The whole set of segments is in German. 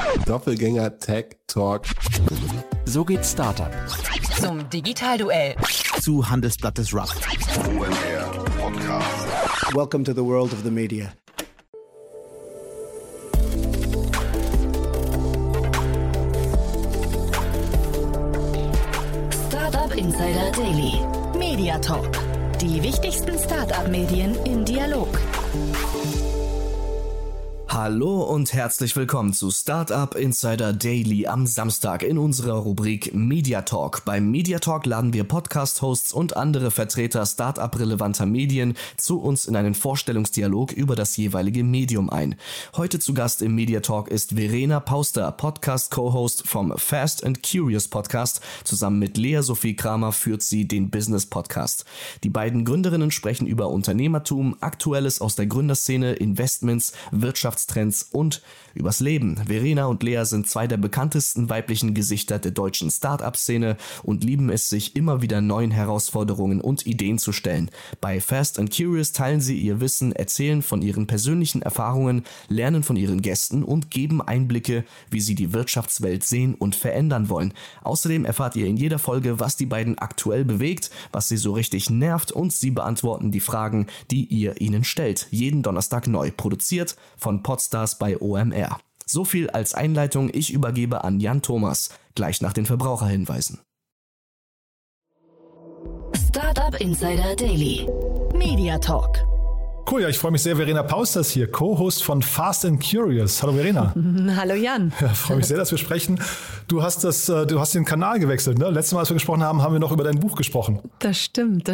Doppelgänger Tech Talk. So geht Startup. Zum Digitalduell. Zu Handelsblatt Disrupt. OMR Podcast. Welcome to the world of the media. Startup Insider Daily. Media Talk. Die wichtigsten Startup-Medien im Dialog. Hallo und herzlich willkommen zu Startup Insider Daily am Samstag in unserer Rubrik Media Talk. Beim Media Talk laden wir Podcast-Hosts und andere Vertreter Startup-relevanter Medien zu uns in einen Vorstellungsdialog über das jeweilige Medium ein. Heute zu Gast im Media Talk ist Verena Pauster, Podcast-Co-Host vom Fast and Curious Podcast. Zusammen mit Lea Sophie Kramer führt sie den Business Podcast. Die beiden Gründerinnen sprechen über Unternehmertum, Aktuelles aus der Gründerszene, Investments, Wirtschaftstrends und übers Leben. Verena und Lea sind zwei der bekanntesten weiblichen Gesichter der deutschen Start-up-Szene und lieben es, sich immer wieder neuen Herausforderungen und Ideen zu stellen. Bei Fast and Curious teilen sie ihr Wissen, erzählen von ihren persönlichen Erfahrungen, lernen von ihren Gästen und geben Einblicke, wie sie die Wirtschaftswelt sehen und verändern wollen. Außerdem erfahrt ihr in jeder Folge, was die beiden aktuell bewegt, was sie so richtig nervt, und sie beantworten die Fragen, die ihr ihnen stellt. Jeden Donnerstag neu, produziert von Podstars bei OMR. So viel als Einleitung. Ich übergebe an Jan Thomas, gleich nach den Verbraucherhinweisen. Startup Insider Daily. Media Talk. Cool, ja, ich freue mich sehr. Verena Pauster ist hier, Co-Host von Fast and Curious. Hallo Verena. Hallo Jan. Ja, freue mich sehr, dass wir sprechen. Du hast den Kanal gewechselt, ne? Letztes Mal, als wir gesprochen haben, haben wir noch über dein Buch gesprochen. Das stimmt.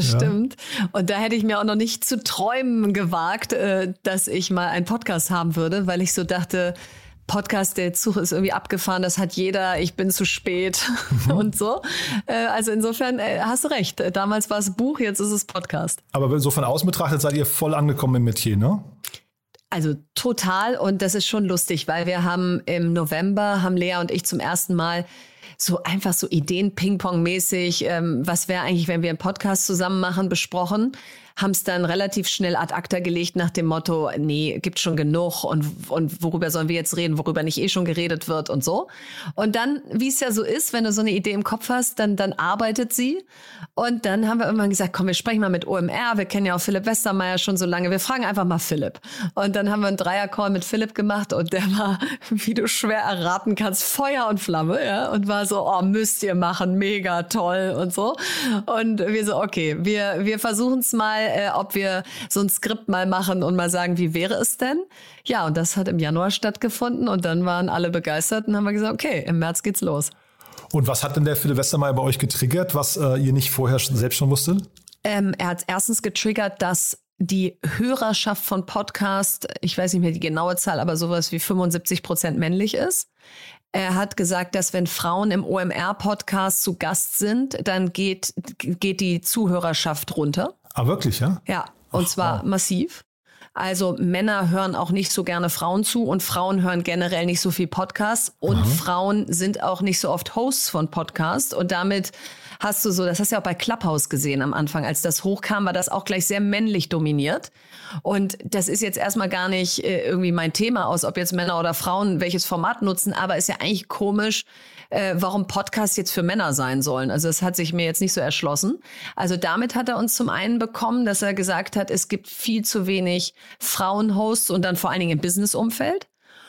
Und da hätte ich mir auch noch nicht zu träumen gewagt, dass ich mal einen Podcast haben würde, weil ich so dachte, Podcast, der Zug ist irgendwie abgefahren, das hat jeder, ich bin zu spät und so. Also insofern hast du recht, damals war es Buch, jetzt ist es Podcast. Aber so von außen betrachtet seid ihr voll angekommen im Metier, ne? Also total, und das ist schon lustig, weil wir haben im November, haben Lea und ich zum ersten Mal so einfach so Ideen Ping-Pong-mäßig, was wäre eigentlich, wenn wir einen Podcast zusammen machen, besprochen. Haben es dann relativ schnell ad acta gelegt nach dem Motto, nee, gibt schon genug und worüber sollen wir jetzt reden, worüber nicht schon geredet wird und so. Und dann, wie es ja so ist, wenn du so eine Idee im Kopf hast, dann arbeitet sie. Und dann haben wir irgendwann gesagt, komm, wir sprechen mal mit OMR, wir kennen ja auch Philipp Westermeier schon so lange, wir fragen einfach mal Philipp. Und dann haben wir einen Dreier-Call mit Philipp gemacht und der war, wie du schwer erraten kannst, Feuer und Flamme, ja, und war so, oh, müsst ihr machen, mega toll und so. Und wir so, okay, wir versuchen es mal, ob wir so ein Skript mal machen und mal sagen, wie wäre es denn? Ja, und das hat im Januar stattgefunden und dann waren alle begeistert und haben wir gesagt, okay, im März geht's los. Und was hat denn der Philipp Westermeier bei euch getriggert, was ihr nicht vorher selbst schon wusstet? Er hat erstens getriggert, dass die Hörerschaft von Podcast, ich weiß nicht mehr die genaue Zahl, aber sowas wie 75% männlich ist. Er hat gesagt, dass wenn Frauen im OMR-Podcast zu Gast sind, dann geht die Zuhörerschaft runter. Ah, wirklich, ja? Ja, und zwar massiv. Also Männer hören auch nicht so gerne Frauen zu und Frauen hören generell nicht so viel Podcasts und Frauen sind auch nicht so oft Hosts von Podcasts und damit hast du so, das hast du ja auch bei Clubhouse gesehen am Anfang, als das hochkam, war das auch gleich sehr männlich dominiert. Und das ist jetzt erstmal gar nicht irgendwie mein Thema aus, ob jetzt Männer oder Frauen welches Format nutzen, aber ist ja eigentlich komisch, warum Podcasts jetzt für Männer sein sollen. Also das hat sich mir jetzt nicht so erschlossen. Also damit hat er uns zum einen bekommen, dass er gesagt hat, es gibt viel zu wenig Frauenhosts und dann vor allen Dingen im Business-Umfeld.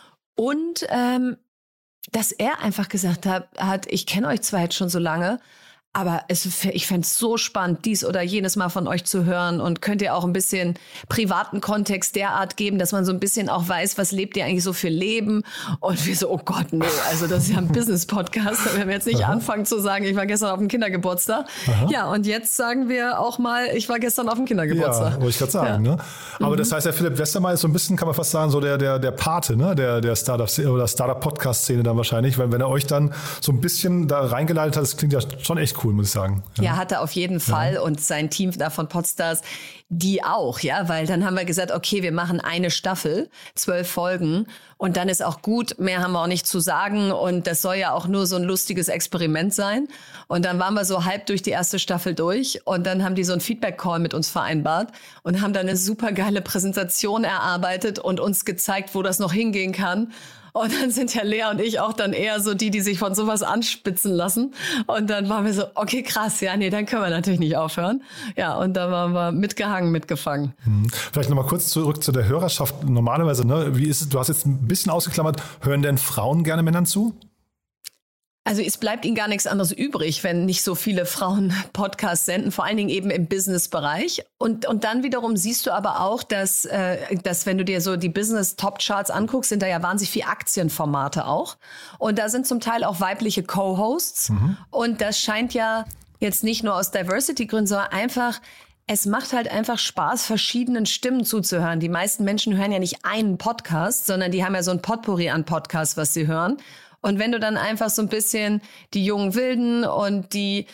Und dass er einfach gesagt hat, ich kenne euch zwar jetzt schon so lange, aber ich fände es so spannend, dies oder jenes mal von euch zu hören und könnt ihr auch ein bisschen privaten Kontext derart geben, dass man so ein bisschen auch weiß, was lebt ihr eigentlich so für Leben? Und wir so, oh Gott, nee, also das ist ja ein Business-Podcast, da werden wir jetzt nicht anfangen zu sagen, ich war gestern auf dem Kindergeburtstag. Ja, und jetzt sagen wir auch mal, ich war gestern auf dem Kindergeburtstag. Ja, wollte ich gerade sagen. Ja. Ne? Aber das heißt, der Philipp Westermeier ist so ein bisschen, kann man fast sagen, so der Pate, ne? der Startup- oder Startup-Podcast-Szene dann wahrscheinlich, weil wenn er euch dann so ein bisschen da reingeleitet hat, das klingt ja schon echt cool, muss ich sagen. Ja, hat er auf jeden Fall. Und sein Team da von Podstars, die auch, ja, weil dann haben wir gesagt, okay, wir machen eine Staffel, 12 Folgen und dann ist auch gut, mehr haben wir auch nicht zu sagen und das soll ja auch nur so ein lustiges Experiment sein. Und dann waren wir so halb durch die erste Staffel durch und dann haben die so einen Feedback-Call mit uns vereinbart und haben dann eine super geile Präsentation erarbeitet und uns gezeigt, wo das noch hingehen kann. Und dann sind ja Lea und ich auch dann eher so die sich von sowas anspitzen lassen. Und dann waren wir so, okay, krass, ja, nee, dann können wir natürlich nicht aufhören. Ja, und da waren wir mitgehangen, mitgefangen. Vielleicht nochmal kurz zurück zu der Hörerschaft. Normalerweise, ne, wie ist es, du hast jetzt ein bisschen ausgeklammert, hören denn Frauen gerne Männern zu? Also es bleibt ihnen gar nichts anderes übrig, wenn nicht so viele Frauen Podcasts senden, vor allen Dingen eben im Business-Bereich. Und dann wiederum siehst du aber auch, dass wenn du dir so die Business-Top-Charts anguckst, sind da ja wahnsinnig viele Aktienformate auch. Und da sind zum Teil auch weibliche Co-Hosts. Und das scheint ja jetzt nicht nur aus Diversity-Gründen, sondern einfach, es macht halt einfach Spaß, verschiedenen Stimmen zuzuhören. Die meisten Menschen hören ja nicht einen Podcast, sondern die haben ja so ein Potpourri an Podcasts, was sie hören. Und wenn du dann einfach so ein bisschen die jungen Wilden und die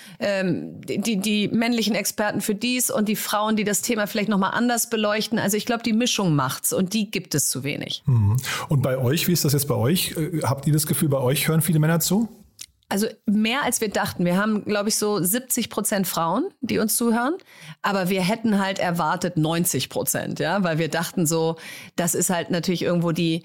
männlichen Experten für dies und die Frauen, die das Thema vielleicht nochmal anders beleuchten, also ich glaube, die Mischung macht's und die gibt es zu wenig. Und bei euch, wie ist das jetzt bei euch? Habt ihr das Gefühl, bei euch hören viele Männer zu? Also mehr als wir dachten. Wir haben, glaube ich, so 70% Frauen, die uns zuhören. Aber wir hätten halt erwartet 90%, ja, weil wir dachten so, das ist halt natürlich irgendwo die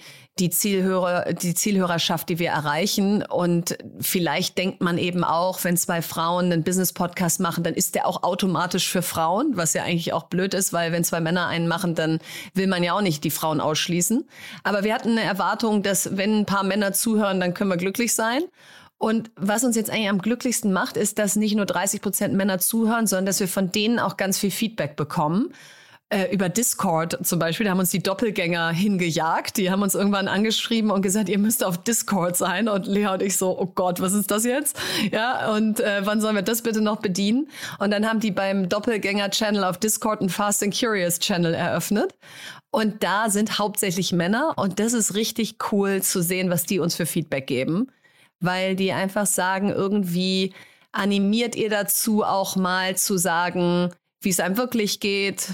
Zielhörerschaft, die wir erreichen. Und vielleicht denkt man eben auch, wenn 2 Frauen einen Business-Podcast machen, dann ist der auch automatisch für Frauen, was ja eigentlich auch blöd ist, weil wenn 2 Männer einen machen, dann will man ja auch nicht die Frauen ausschließen. Aber wir hatten eine Erwartung, dass wenn ein paar Männer zuhören, dann können wir glücklich sein. Und was uns jetzt eigentlich am glücklichsten macht, ist, dass nicht nur 30% Männer zuhören, sondern dass wir von denen auch ganz viel Feedback bekommen. Über Discord zum Beispiel, da haben uns die Doppelgänger hingejagt. Die haben uns irgendwann angeschrieben und gesagt, ihr müsst auf Discord sein. Und Lea und ich so, oh Gott, was ist das jetzt? Ja, und wann sollen wir das bitte noch bedienen? Und dann haben die beim Doppelgänger-Channel auf Discord einen Fast and Curious-Channel eröffnet. Und da sind hauptsächlich Männer. Und das ist richtig cool zu sehen, was die uns für Feedback geben. Weil die einfach sagen, irgendwie animiert ihr dazu auch mal zu sagen, wie es einem wirklich geht,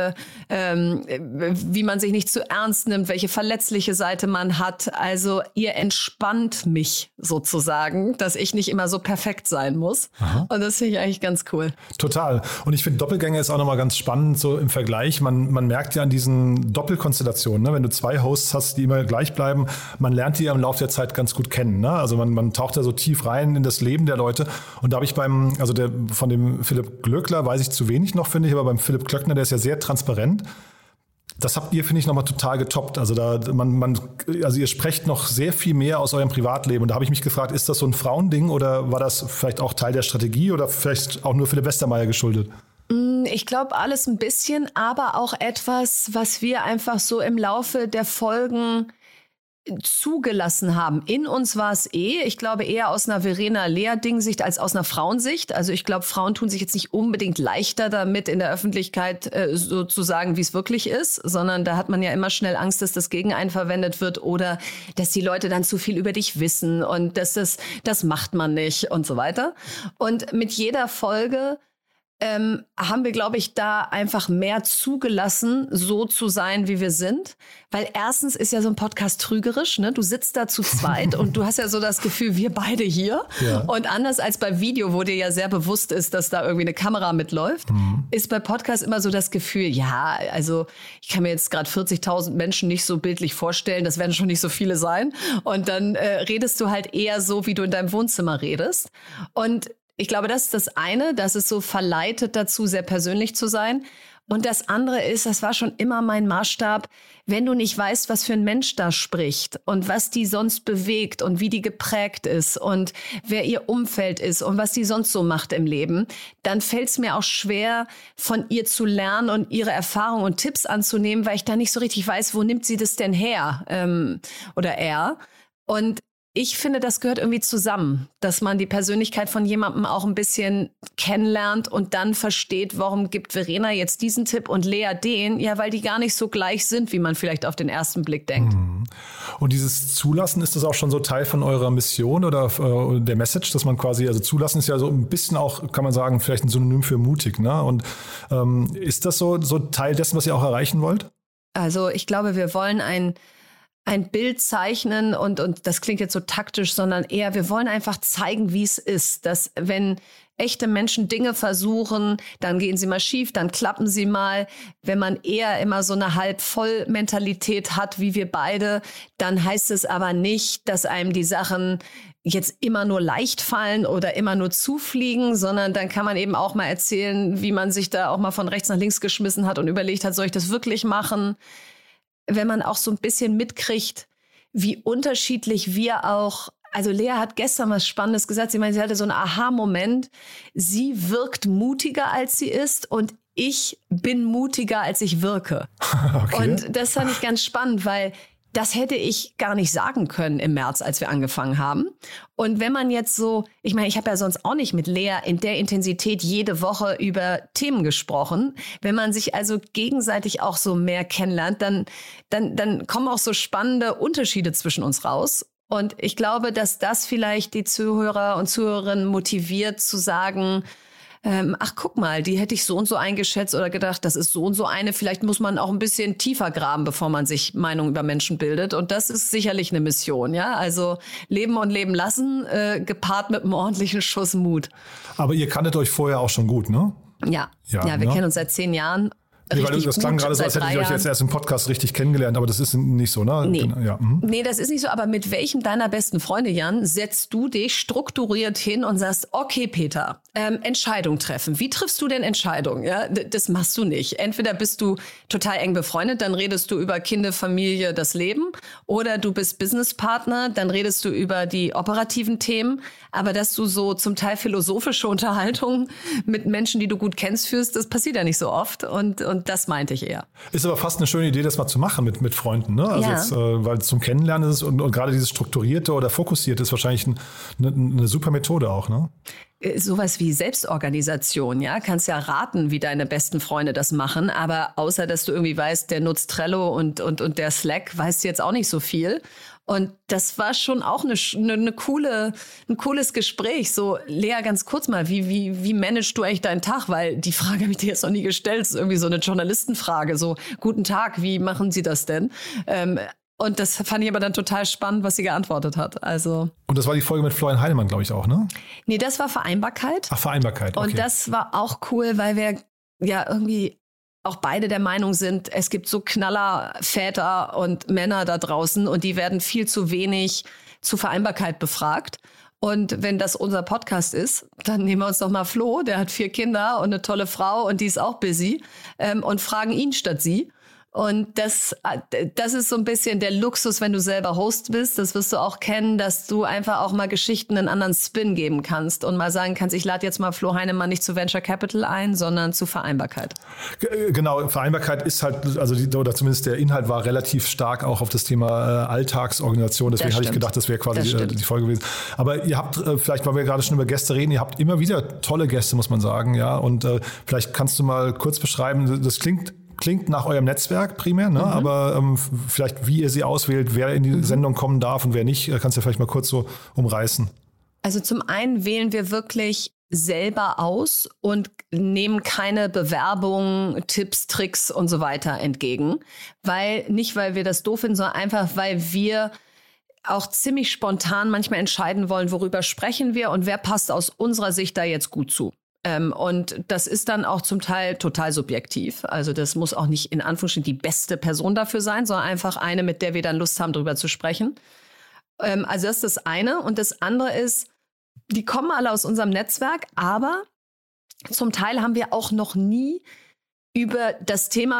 wie man sich nicht zu ernst nimmt, welche verletzliche Seite man hat. Also ihr entspannt mich sozusagen, dass ich nicht immer so perfekt sein muss. Aha. Und das finde ich eigentlich ganz cool. Total. Und ich finde, Doppelgänger ist auch nochmal ganz spannend, so im Vergleich. Man merkt ja an diesen Doppelkonstellationen, ne? Wenn du 2 Hosts hast, die immer gleich bleiben, man lernt die ja im Laufe der Zeit ganz gut kennen. Ne? Also man taucht da so tief rein in das Leben der Leute. Und da habe ich von dem Philipp Glöckler weiß ich zu wenig noch, finde ich, aber beim Philipp Klöckner, der ist ja sehr transparent. Das habt ihr, finde ich, nochmal total getoppt. Also also ihr sprecht noch sehr viel mehr aus eurem Privatleben. Und da habe ich mich gefragt, ist das so ein Frauending oder war das vielleicht auch Teil der Strategie oder vielleicht auch nur Philipp Westermeier geschuldet? Ich glaube, alles ein bisschen, aber auch etwas, was wir einfach so im Laufe der Folgen zugelassen haben. In uns war es ich glaube eher aus einer Verena-Lea-Ding-Sicht als aus einer Frauensicht. Also ich glaube, Frauen tun sich jetzt nicht unbedingt leichter damit, in der Öffentlichkeit so zu sagen, wie es wirklich ist, sondern da hat man ja immer schnell Angst, dass das gegen einen verwendet wird oder dass die Leute dann zu viel über dich wissen und dass das macht man nicht und so weiter. Und mit jeder Folge haben wir, glaube ich, da einfach mehr zugelassen, so zu sein, wie wir sind. Weil erstens ist ja so ein Podcast trügerisch, ne? Du sitzt da zu zweit und du hast ja so das Gefühl, wir beide hier. Ja. Und anders als bei Video, wo dir ja sehr bewusst ist, dass da irgendwie eine Kamera mitläuft, ist bei Podcast immer so das Gefühl, ja, also ich kann mir jetzt gerade 40.000 Menschen nicht so bildlich vorstellen, das werden schon nicht so viele sein. Und dann redest du halt eher so, wie du in deinem Wohnzimmer redest. Und ich glaube, das ist das eine, dass es so verleitet dazu, sehr persönlich zu sein. Und das andere ist, das war schon immer mein Maßstab, wenn du nicht weißt, was für ein Mensch da spricht und was die sonst bewegt und wie die geprägt ist und wer ihr Umfeld ist und was die sonst so macht im Leben, dann fällt es mir auch schwer, von ihr zu lernen und ihre Erfahrungen und Tipps anzunehmen, weil ich da nicht so richtig weiß, wo nimmt sie das denn her oder er. Und ich finde, das gehört irgendwie zusammen, dass man die Persönlichkeit von jemandem auch ein bisschen kennenlernt und dann versteht, warum gibt Verena jetzt diesen Tipp und Lea den? Ja, weil die gar nicht so gleich sind, wie man vielleicht auf den ersten Blick denkt. Und dieses Zulassen, ist das auch schon so Teil von eurer Mission oder der Message, dass man quasi, also zulassen ist ja so ein bisschen auch, kann man sagen, vielleicht ein Synonym für mutig, ne? Und ist das so Teil dessen, was ihr auch erreichen wollt? Also ich glaube, wir wollen ein Bild zeichnen und das klingt jetzt so taktisch, sondern eher, wir wollen einfach zeigen, wie es ist, dass wenn echte Menschen Dinge versuchen, dann gehen sie mal schief, dann klappen sie mal. Wenn man eher immer so eine Halb-voll-Mentalität hat, wie wir beide, dann heißt es aber nicht, dass einem die Sachen jetzt immer nur leicht fallen oder immer nur zufliegen, sondern dann kann man eben auch mal erzählen, wie man sich da auch mal von rechts nach links geschmissen hat und überlegt hat, soll ich das wirklich machen? Wenn man auch so ein bisschen mitkriegt, wie unterschiedlich wir auch, also Lea hat gestern was Spannendes gesagt, sie hatte so einen Aha-Moment, sie wirkt mutiger, als sie ist und ich bin mutiger, als ich wirke. Okay. Und das fand ich ganz spannend, weil das hätte ich gar nicht sagen können im März, als wir angefangen haben. Und wenn man jetzt so, ich meine, ich habe ja sonst auch nicht mit Lea in der Intensität jede Woche über Themen gesprochen. Wenn man sich also gegenseitig auch so mehr kennenlernt, dann kommen auch so spannende Unterschiede zwischen uns raus. Und ich glaube, dass das vielleicht die Zuhörer und Zuhörerinnen motiviert zu sagen, ach, guck mal, die hätte ich so und so eingeschätzt oder gedacht, das ist so und so eine. Vielleicht muss man auch ein bisschen tiefer graben, bevor man sich Meinungen über Menschen bildet. Und das ist sicherlich eine Mission, ja. Also leben und leben lassen, gepaart mit einem ordentlichen Schuss Mut. Aber ihr kanntet euch vorher auch schon gut, ne? Ja, wir kennen uns seit 10 Jahren. Nee, weil das klang gerade so, als hättet ihr euch jetzt erst im Podcast richtig kennengelernt, aber das ist nicht so, ne? Nee. Ja. Nee, das ist nicht so, aber mit welchem deiner besten Freunde, Jan, setzt du dich strukturiert hin und sagst, okay, Peter, Entscheidung treffen. Wie triffst du denn Entscheidungen? Ja, das machst du nicht. Entweder bist du total eng befreundet, dann redest du über Kinder, Familie, das Leben, oder du bist Businesspartner, dann redest du über die operativen Themen, aber dass du so zum Teil philosophische Unterhaltungen mit Menschen, die du gut kennst, führst, das passiert ja nicht so oft und das meinte ich eher. Ist aber fast eine schöne Idee, das mal zu machen mit Freunden, ne? Also jetzt, weil zum Kennenlernen ist es und gerade dieses Strukturierte oder Fokussierte ist wahrscheinlich eine super Methode auch, ne? Sowas wie Selbstorganisation, ja, kannst ja raten, wie deine besten Freunde das machen, aber außer, dass du irgendwie weißt, der nutzt Trello und der Slack, weißt du jetzt auch nicht so viel. Und das war schon auch ein cooles Gespräch. So, Lea, ganz kurz mal, wie managst du eigentlich deinen Tag? Weil die Frage habe ich dir jetzt noch nie gestellt. Das ist irgendwie so eine Journalistenfrage. So, guten Tag, wie machen Sie das denn? Und das fand ich aber dann total spannend, was sie geantwortet hat. Also. Und das war die Folge mit Florian Heinemann, glaube ich auch, ne? Nee, das war Vereinbarkeit. Ach, Vereinbarkeit, okay. Und das war auch cool, weil wir ja irgendwie auch beide der Meinung sind, es gibt so Knallerväter und Männer da draußen und die werden viel zu wenig zu Vereinbarkeit befragt. Und wenn das unser Podcast ist, dann nehmen wir uns doch mal Flo, der hat 4 Kinder und eine tolle Frau und die ist auch busy, und fragen ihn statt sie. Und das ist so ein bisschen der Luxus, wenn du selber Host bist. Das wirst du auch kennen, dass du einfach auch mal Geschichten einen anderen Spin geben kannst und mal sagen kannst, ich lade jetzt mal Flo Heinemann nicht zu Venture Capital ein, sondern zu Vereinbarkeit. Genau, Vereinbarkeit ist halt, also oder zumindest der Inhalt war relativ stark auch auf das Thema Alltagsorganisation. Deswegen hatte ich gedacht, das wäre quasi die Folge gewesen. Aber ihr habt, vielleicht, weil wir gerade schon über Gäste reden, ihr habt immer wieder tolle Gäste, muss man sagen, ja. Und vielleicht kannst du mal kurz beschreiben, das klingt nach eurem Netzwerk primär, ne? Aber vielleicht, wie ihr sie auswählt, wer in die Sendung kommen darf und wer nicht, kannst du ja vielleicht mal kurz so umreißen. Also zum einen wählen wir wirklich selber aus und nehmen keine Bewerbungen, Tipps, Tricks und so weiter entgegen. Nicht, weil wir das doof finden, sondern einfach, weil wir auch ziemlich spontan manchmal entscheiden wollen, worüber sprechen wir und wer passt aus unserer Sicht da jetzt gut zu. Und das ist dann auch zum Teil total subjektiv. Also das muss auch nicht in Anführungsstrichen die beste Person dafür sein, sondern einfach eine, mit der wir dann Lust haben, drüber zu sprechen. Also das ist das eine. Und das andere ist, die kommen alle aus unserem Netzwerk, aber zum Teil haben wir auch noch nie über das Thema,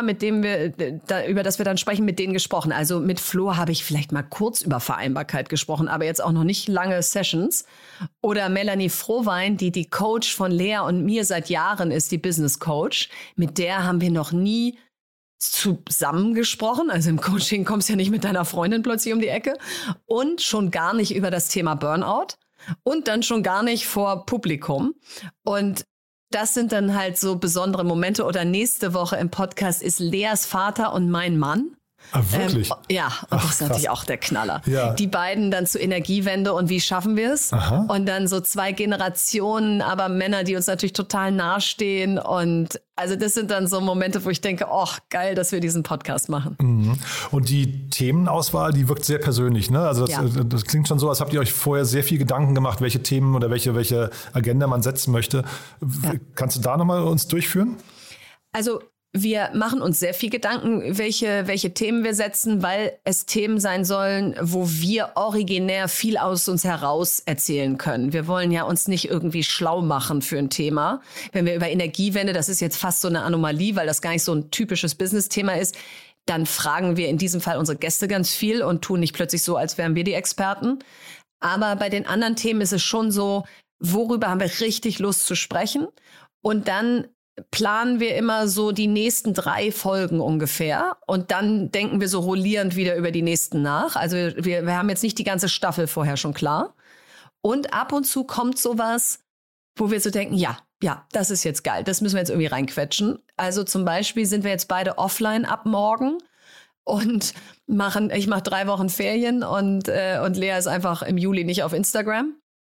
über das wir dann sprechen, mit denen gesprochen. Also mit Flo habe ich vielleicht mal kurz über Vereinbarkeit gesprochen, aber jetzt auch noch nicht lange Sessions. Oder Melanie Frohwein, die Coach von Lea und mir seit Jahren ist, die Business Coach. Mit der haben wir noch nie zusammengesprochen. Also im Coaching kommst du ja nicht mit deiner Freundin plötzlich um die Ecke und schon gar nicht über das Thema Burnout und dann schon gar nicht vor Publikum. Und das sind dann halt so besondere Momente. Oder nächste Woche im Podcast ist Leas Vater und mein Mann. Ah, wirklich? Ja, und das ist natürlich auch der Knaller. Ja. Die beiden dann zur Energiewende und wie schaffen wir es? Und dann so 2 Generationen, aber Männer, die uns natürlich total nahestehen. Und also das sind dann so Momente, wo ich denke, geil, dass wir diesen Podcast machen. Mhm. Und die Themenauswahl, die wirkt sehr persönlich, ne? Also das klingt schon so, als habt ihr euch vorher sehr viel Gedanken gemacht, welche Themen oder welche Agenda man setzen möchte. Ja. Kannst du da nochmal uns durchführen? Also wir machen uns sehr viel Gedanken, welche Themen wir setzen, weil es Themen sein sollen, wo wir originär viel aus uns heraus erzählen können. Wir wollen ja uns nicht irgendwie schlau machen für ein Thema. Wenn wir über Energiewende, das ist jetzt fast so eine Anomalie, weil das gar nicht so ein typisches Business-Thema ist, dann fragen wir in diesem Fall unsere Gäste ganz viel und tun nicht plötzlich so, als wären wir die Experten. Aber bei den anderen Themen ist es schon so, worüber haben wir richtig Lust zu sprechen? Und dann planen wir immer so die nächsten 3 Folgen ungefähr und dann denken wir so rollierend wieder über die nächsten nach. Also wir haben jetzt nicht die ganze Staffel vorher schon klar. Und ab und zu kommt sowas, wo wir so denken, ja, das ist jetzt geil, das müssen wir jetzt irgendwie reinquetschen. Also zum Beispiel sind wir jetzt beide offline ab morgen und ich mache 3 Wochen Ferien und Lea ist einfach im Juli nicht auf Instagram.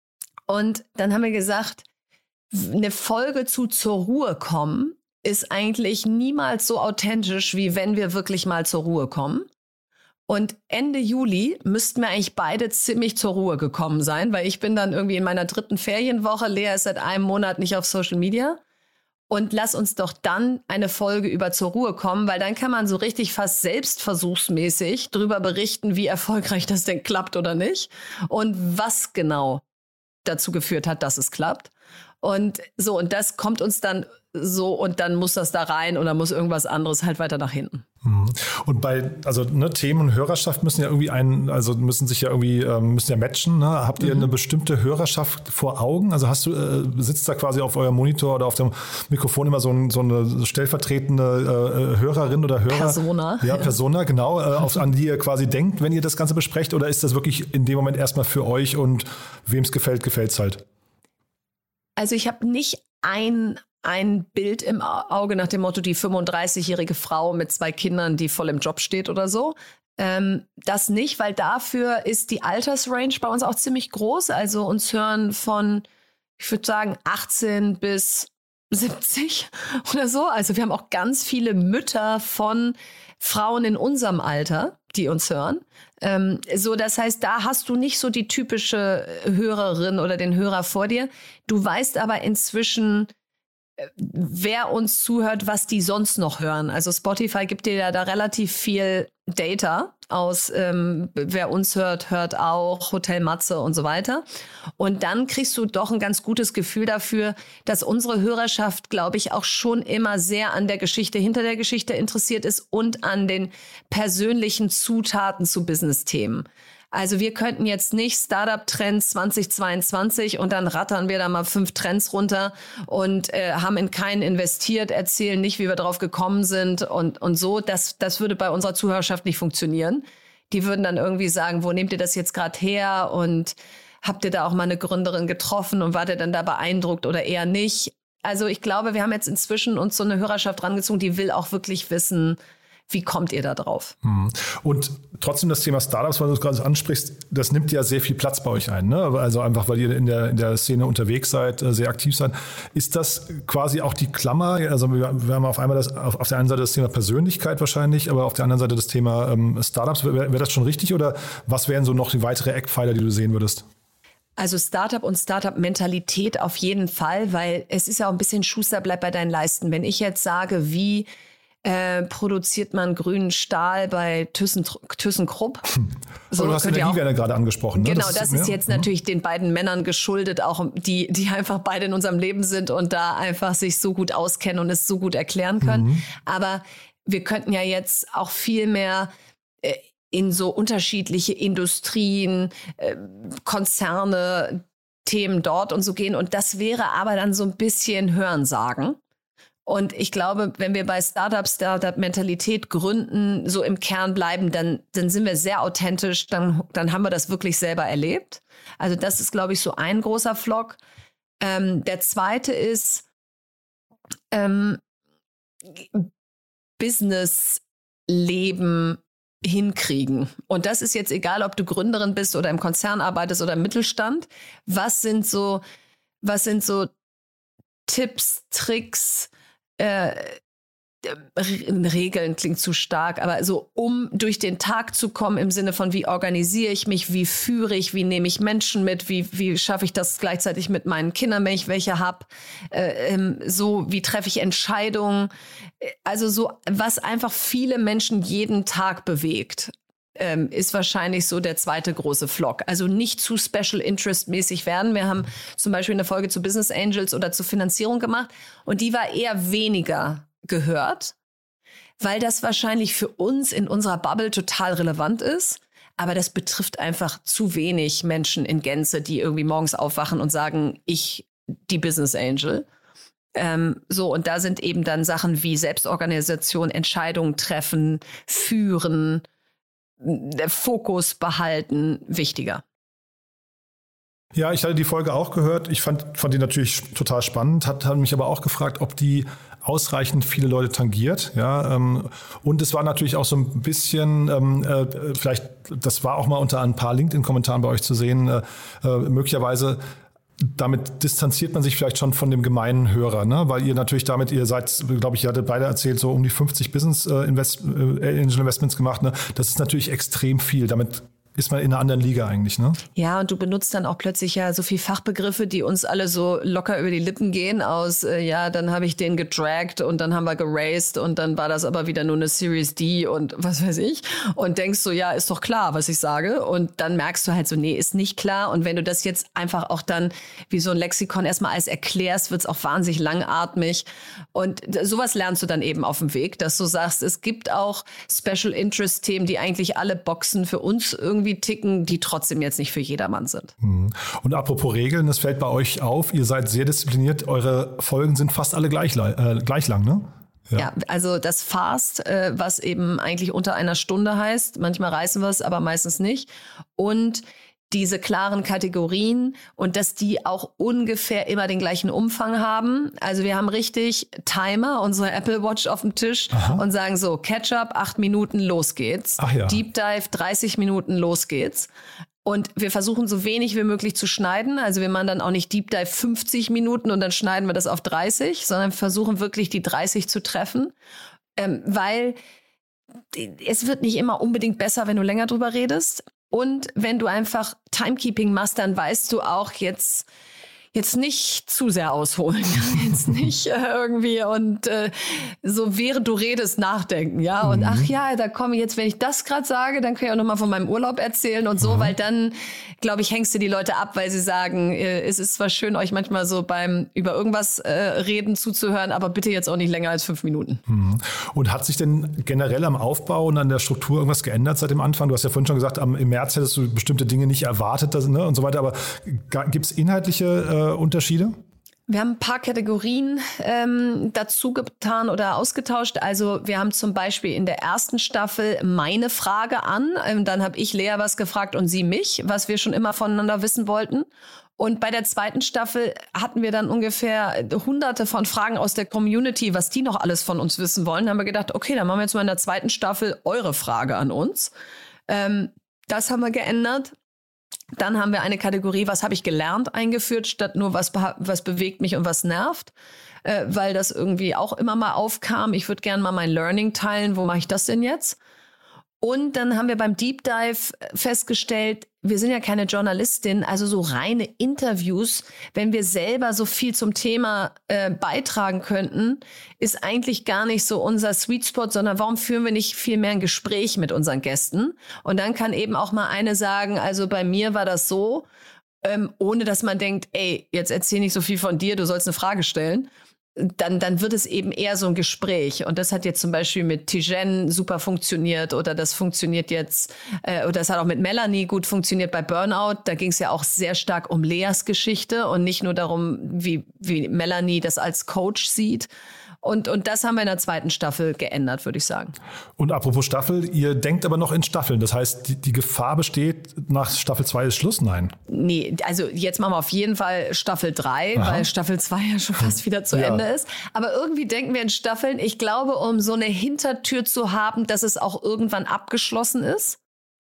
Und dann haben wir gesagt, eine Folge zur Ruhe kommen ist eigentlich niemals so authentisch, wie wenn wir wirklich mal zur Ruhe kommen. Und Ende Juli müssten wir eigentlich beide ziemlich zur Ruhe gekommen sein, weil ich bin dann irgendwie in meiner 3. Ferienwoche. Lea ist seit einem Monat nicht auf Social Media. Und lass uns doch dann eine Folge über zur Ruhe kommen, weil dann kann man so richtig fast selbstversuchsmäßig drüber berichten, wie erfolgreich das denn klappt oder nicht und was genau dazu geführt hat, dass es klappt. Und so, und das kommt uns dann so und dann muss das da rein oder muss irgendwas anderes halt weiter nach hinten. Und Themen und Hörerschaft müssen ja irgendwie müssen ja matchen. Ne? Habt ihr eine bestimmte Hörerschaft vor Augen? Also sitzt da quasi auf eurem Monitor oder auf dem Mikrofon immer so eine stellvertretende Hörerin oder Hörer? Persona. Ja, Persona, genau, an die ihr quasi denkt, wenn ihr das Ganze besprecht, oder ist das wirklich in dem Moment erstmal für euch und wem es gefällt, gefällt es halt? Also ich habe nicht ein Bild im Auge nach dem Motto, die 35-jährige Frau mit 2 Kindern, die voll im Job steht oder so. Das nicht, weil dafür ist die Altersrange bei uns auch ziemlich groß. Also uns hören von, ich würde sagen, 18 bis 70 oder so. Also wir haben auch ganz viele Mütter von Frauen in unserem Alter, die uns hören. Das heißt, da hast du nicht so die typische Hörerin oder den Hörer vor dir. Du weißt aber inzwischen, wer uns zuhört, was die sonst noch hören. Also Spotify gibt dir ja da relativ viel Data aus, wer uns hört auch, Hotel Matze und so weiter. Und dann kriegst du doch ein ganz gutes Gefühl dafür, dass unsere Hörerschaft, glaube ich, auch schon immer sehr an der Geschichte hinter der Geschichte interessiert ist und an den persönlichen Zutaten zu Business-Themen. Also wir könnten jetzt nicht Startup-Trends 2022 und dann rattern wir da mal 5 Trends runter und haben in keinen investiert, erzählen nicht, wie wir drauf gekommen sind und so. Das würde bei unserer Zuhörerschaft nicht funktionieren. Die würden dann irgendwie sagen, wo nehmt ihr das jetzt gerade her und habt ihr da auch mal eine Gründerin getroffen und wart ihr dann da beeindruckt oder eher nicht? Also ich glaube, wir haben jetzt inzwischen uns so eine Hörerschaft rangezogen, die will auch wirklich wissen, wie kommt ihr da drauf? Und trotzdem das Thema Startups, weil du es gerade ansprichst, das nimmt ja sehr viel Platz bei euch ein. Ne? Also einfach, weil ihr in der Szene unterwegs seid, sehr aktiv seid. Ist das quasi auch die Klammer? Also wir haben auf einmal auf der einen Seite das Thema Persönlichkeit wahrscheinlich, aber auf der anderen Seite das Thema Startups. Wäre das schon richtig oder was wären so noch die weitere Eckpfeiler, die du sehen würdest? Also Startup und Startup-Mentalität auf jeden Fall, weil es ist ja auch ein bisschen Schuster, bleib bei deinen Leisten. Wenn ich jetzt sage, wie produziert man grünen Stahl bei ThyssenKrupp. So, du hast Energiewende gerade angesprochen. Ne? Genau, das ist jetzt natürlich den beiden Männern geschuldet, auch die einfach beide in unserem Leben sind und da einfach sich so gut auskennen und es so gut erklären können. Aber wir könnten ja jetzt auch viel mehr in so unterschiedliche Industrien, Konzerne, Themen dort und so gehen. Und das wäre aber dann so ein bisschen Hörensagen. Und ich glaube, wenn wir bei Startup-Mentalität gründen, so im Kern bleiben, dann sind wir sehr authentisch, dann haben wir das wirklich selber erlebt. Also das ist, glaube ich, so ein großer Flock. Der zweite ist Business-Leben hinkriegen. Und das ist jetzt egal, ob du Gründerin bist oder im Konzern arbeitest oder im Mittelstand. Was sind so Tipps, Tricks, Regeln klingt zu stark, aber so, um durch den Tag zu kommen im Sinne von, wie organisiere ich mich, wie führe ich, wie nehme ich Menschen mit, wie schaffe ich das gleichzeitig mit meinen Kindern, wenn ich welche habe, so, wie treffe ich Entscheidungen, also so, was einfach viele Menschen jeden Tag bewegt. Ist wahrscheinlich so der zweite große Flock. Also nicht zu Special Interest mäßig werden. Wir haben zum Beispiel eine Folge zu Business Angels oder zur Finanzierung gemacht und die war eher weniger gehört, weil das wahrscheinlich für uns in unserer Bubble total relevant ist. Aber das betrifft einfach zu wenig Menschen in Gänze, die irgendwie morgens aufwachen und sagen, ich, die Business Angel. So, und da sind eben dann Sachen wie Selbstorganisation, Entscheidungen treffen, führen, Fokus behalten, wichtiger. Ja, ich hatte die Folge auch gehört. Ich fand die natürlich total spannend, hat mich aber auch gefragt, ob die ausreichend viele Leute tangiert. Ja, und es war natürlich auch so ein bisschen, vielleicht, das war auch mal unter ein paar LinkedIn-Kommentaren bei euch zu sehen, möglicherweise damit distanziert man sich vielleicht schon von dem gemeinen Hörer, ne? Weil ihr natürlich damit, ihr seid, glaube ich, ihr hattet beide erzählt, so um die 50 Business Angel Investments gemacht, ne? Das ist natürlich extrem viel. Damit ist man in einer anderen Liga eigentlich, ne? Ja, und du benutzt dann auch plötzlich ja so viel Fachbegriffe, die uns alle so locker über die Lippen gehen aus, ja, dann habe ich den gedragt und dann haben wir geraced und dann war das aber wieder nur eine Series D und was weiß ich. Und denkst so, ja, ist doch klar, was ich sage. Und dann merkst du halt so, nee, ist nicht klar. Und wenn du das jetzt einfach auch dann wie so ein Lexikon erstmal alles erklärst, wird's auch wahnsinnig langatmig. Und sowas lernst du dann eben auf dem Weg, dass du sagst, es gibt auch Special Interest Themen, die eigentlich alle Boxen für uns irgendwie ticken, die trotzdem jetzt nicht für jedermann sind. Und apropos Regeln, das fällt bei euch auf, ihr seid sehr diszipliniert, eure Folgen sind fast alle gleich lang, ne? Ja, also das Fast, was eben eigentlich unter einer Stunde heißt, manchmal reißen wir es, aber meistens nicht. Und diese klaren Kategorien und dass die auch ungefähr immer den gleichen Umfang haben. Also wir haben richtig Timer, unsere Apple Watch auf dem Tisch. Aha. Und sagen so, Catch-up, 8 Minuten, los geht's. Ach ja. Deep Dive, 30 Minuten, los geht's. Und wir versuchen so wenig wie möglich zu schneiden. Also wir machen dann auch nicht Deep Dive 50 Minuten und dann schneiden wir das auf 30, sondern versuchen wirklich die 30 zu treffen. Weil es wird nicht immer unbedingt besser, wenn du länger drüber redest. Und wenn du einfach Timekeeping machst, dann weißt du auch jetzt nicht zu sehr ausholen, jetzt nicht irgendwie und so während du redest nachdenken, ja. Und ach ja, da komme ich jetzt, wenn ich das gerade sage, dann kann ich auch nochmal von meinem Urlaub erzählen und so, weil dann, glaube ich, hängst du die Leute ab, weil sie sagen, es ist zwar schön, euch manchmal so beim über irgendwas reden zuzuhören, aber bitte jetzt auch nicht länger als 5 Minuten. Und hat sich denn generell am Aufbau und an der Struktur irgendwas geändert seit dem Anfang? Du hast ja vorhin schon gesagt, im März hättest du bestimmte Dinge nicht erwartet, ne, und so weiter, aber gibt es inhaltliche Unterschiede? Wir haben ein paar Kategorien dazu getan oder ausgetauscht. Also wir haben zum Beispiel in der ersten Staffel meine Frage an. Dann habe ich Lea was gefragt und sie mich, was wir schon immer voneinander wissen wollten. Und bei der zweiten Staffel hatten wir dann ungefähr hunderte von Fragen aus der Community, was die noch alles von uns wissen wollen. Da haben wir gedacht, okay, dann machen wir jetzt mal in der zweiten Staffel eure Frage an uns. Das haben wir geändert. Dann haben wir eine Kategorie, was habe ich gelernt, eingeführt, statt nur was bewegt mich und was nervt, weil das irgendwie auch immer mal aufkam. Ich würde gerne mal mein Learning teilen, wo mache ich das denn jetzt? Und dann haben wir beim Deep Dive festgestellt, wir sind ja keine Journalistin, also so reine Interviews, wenn wir selber so viel zum Thema beitragen könnten, ist eigentlich gar nicht so unser Sweet Spot, sondern warum führen wir nicht viel mehr ein Gespräch mit unseren Gästen? Und dann kann eben auch mal eine sagen, also bei mir war das so, ohne dass man denkt, ey, jetzt erzähl nicht so viel von dir, du sollst eine Frage stellen. Dann wird es eben eher so ein Gespräch. Und das hat jetzt zum Beispiel mit Tijen super funktioniert oder das funktioniert jetzt, oder das hat auch mit Melanie gut funktioniert bei Burnout. Da ging es ja auch sehr stark um Leas Geschichte und nicht nur darum, wie Melanie das als Coach sieht. Und das haben wir in der 2. Staffel geändert, würde ich sagen. Und apropos Staffel, ihr denkt aber noch in Staffeln. Das heißt, die Gefahr besteht, nach Staffel 2 ist Schluss? Nein. Nee, also jetzt machen wir auf jeden Fall Staffel 3, weil Staffel 2 ja schon fast wieder zu Ende ist. Aber irgendwie denken wir in Staffeln, ich glaube, um so eine Hintertür zu haben, dass es auch irgendwann abgeschlossen ist.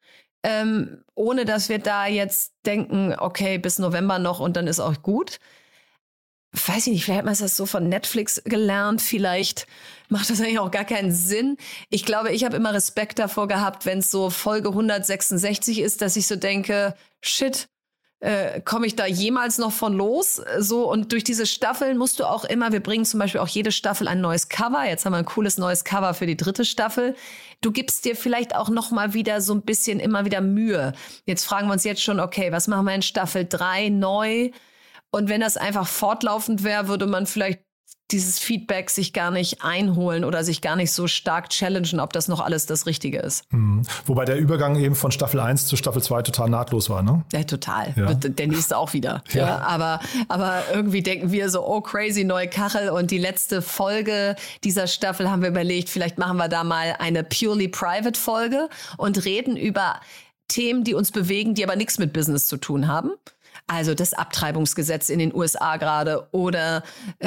Ohne dass wir da jetzt denken, okay, bis November noch und dann ist auch gut. Weiß ich nicht, vielleicht hat man das so von Netflix gelernt, vielleicht macht das eigentlich auch gar keinen Sinn. Ich glaube, ich habe immer Respekt davor gehabt, wenn es so Folge 166 ist, dass ich so denke, shit, komme ich da jemals noch von los? So, und durch diese Staffeln musst du auch immer, wir bringen zum Beispiel auch jede Staffel ein neues Cover. Jetzt haben wir ein cooles neues Cover für die 3. Staffel. Du gibst dir vielleicht auch noch mal wieder so ein bisschen immer wieder Mühe. Jetzt fragen wir uns jetzt schon, okay, was machen wir in Staffel 3 neu? Und wenn das einfach fortlaufend wäre, würde man vielleicht dieses Feedback sich gar nicht einholen oder sich gar nicht so stark challengen, ob das noch alles das Richtige ist. Wobei der Übergang eben von Staffel 1 zu Staffel 2 total nahtlos war, ne? Ja, total. Ja. Der nächste auch wieder. Ja. Aber irgendwie denken wir so, oh crazy, neue Kachel. Und die letzte Folge dieser Staffel haben wir überlegt, vielleicht machen wir da mal eine purely private Folge und reden über Themen, die uns bewegen, die aber nichts mit Business zu tun haben. Also das Abtreibungsgesetz in den USA gerade oder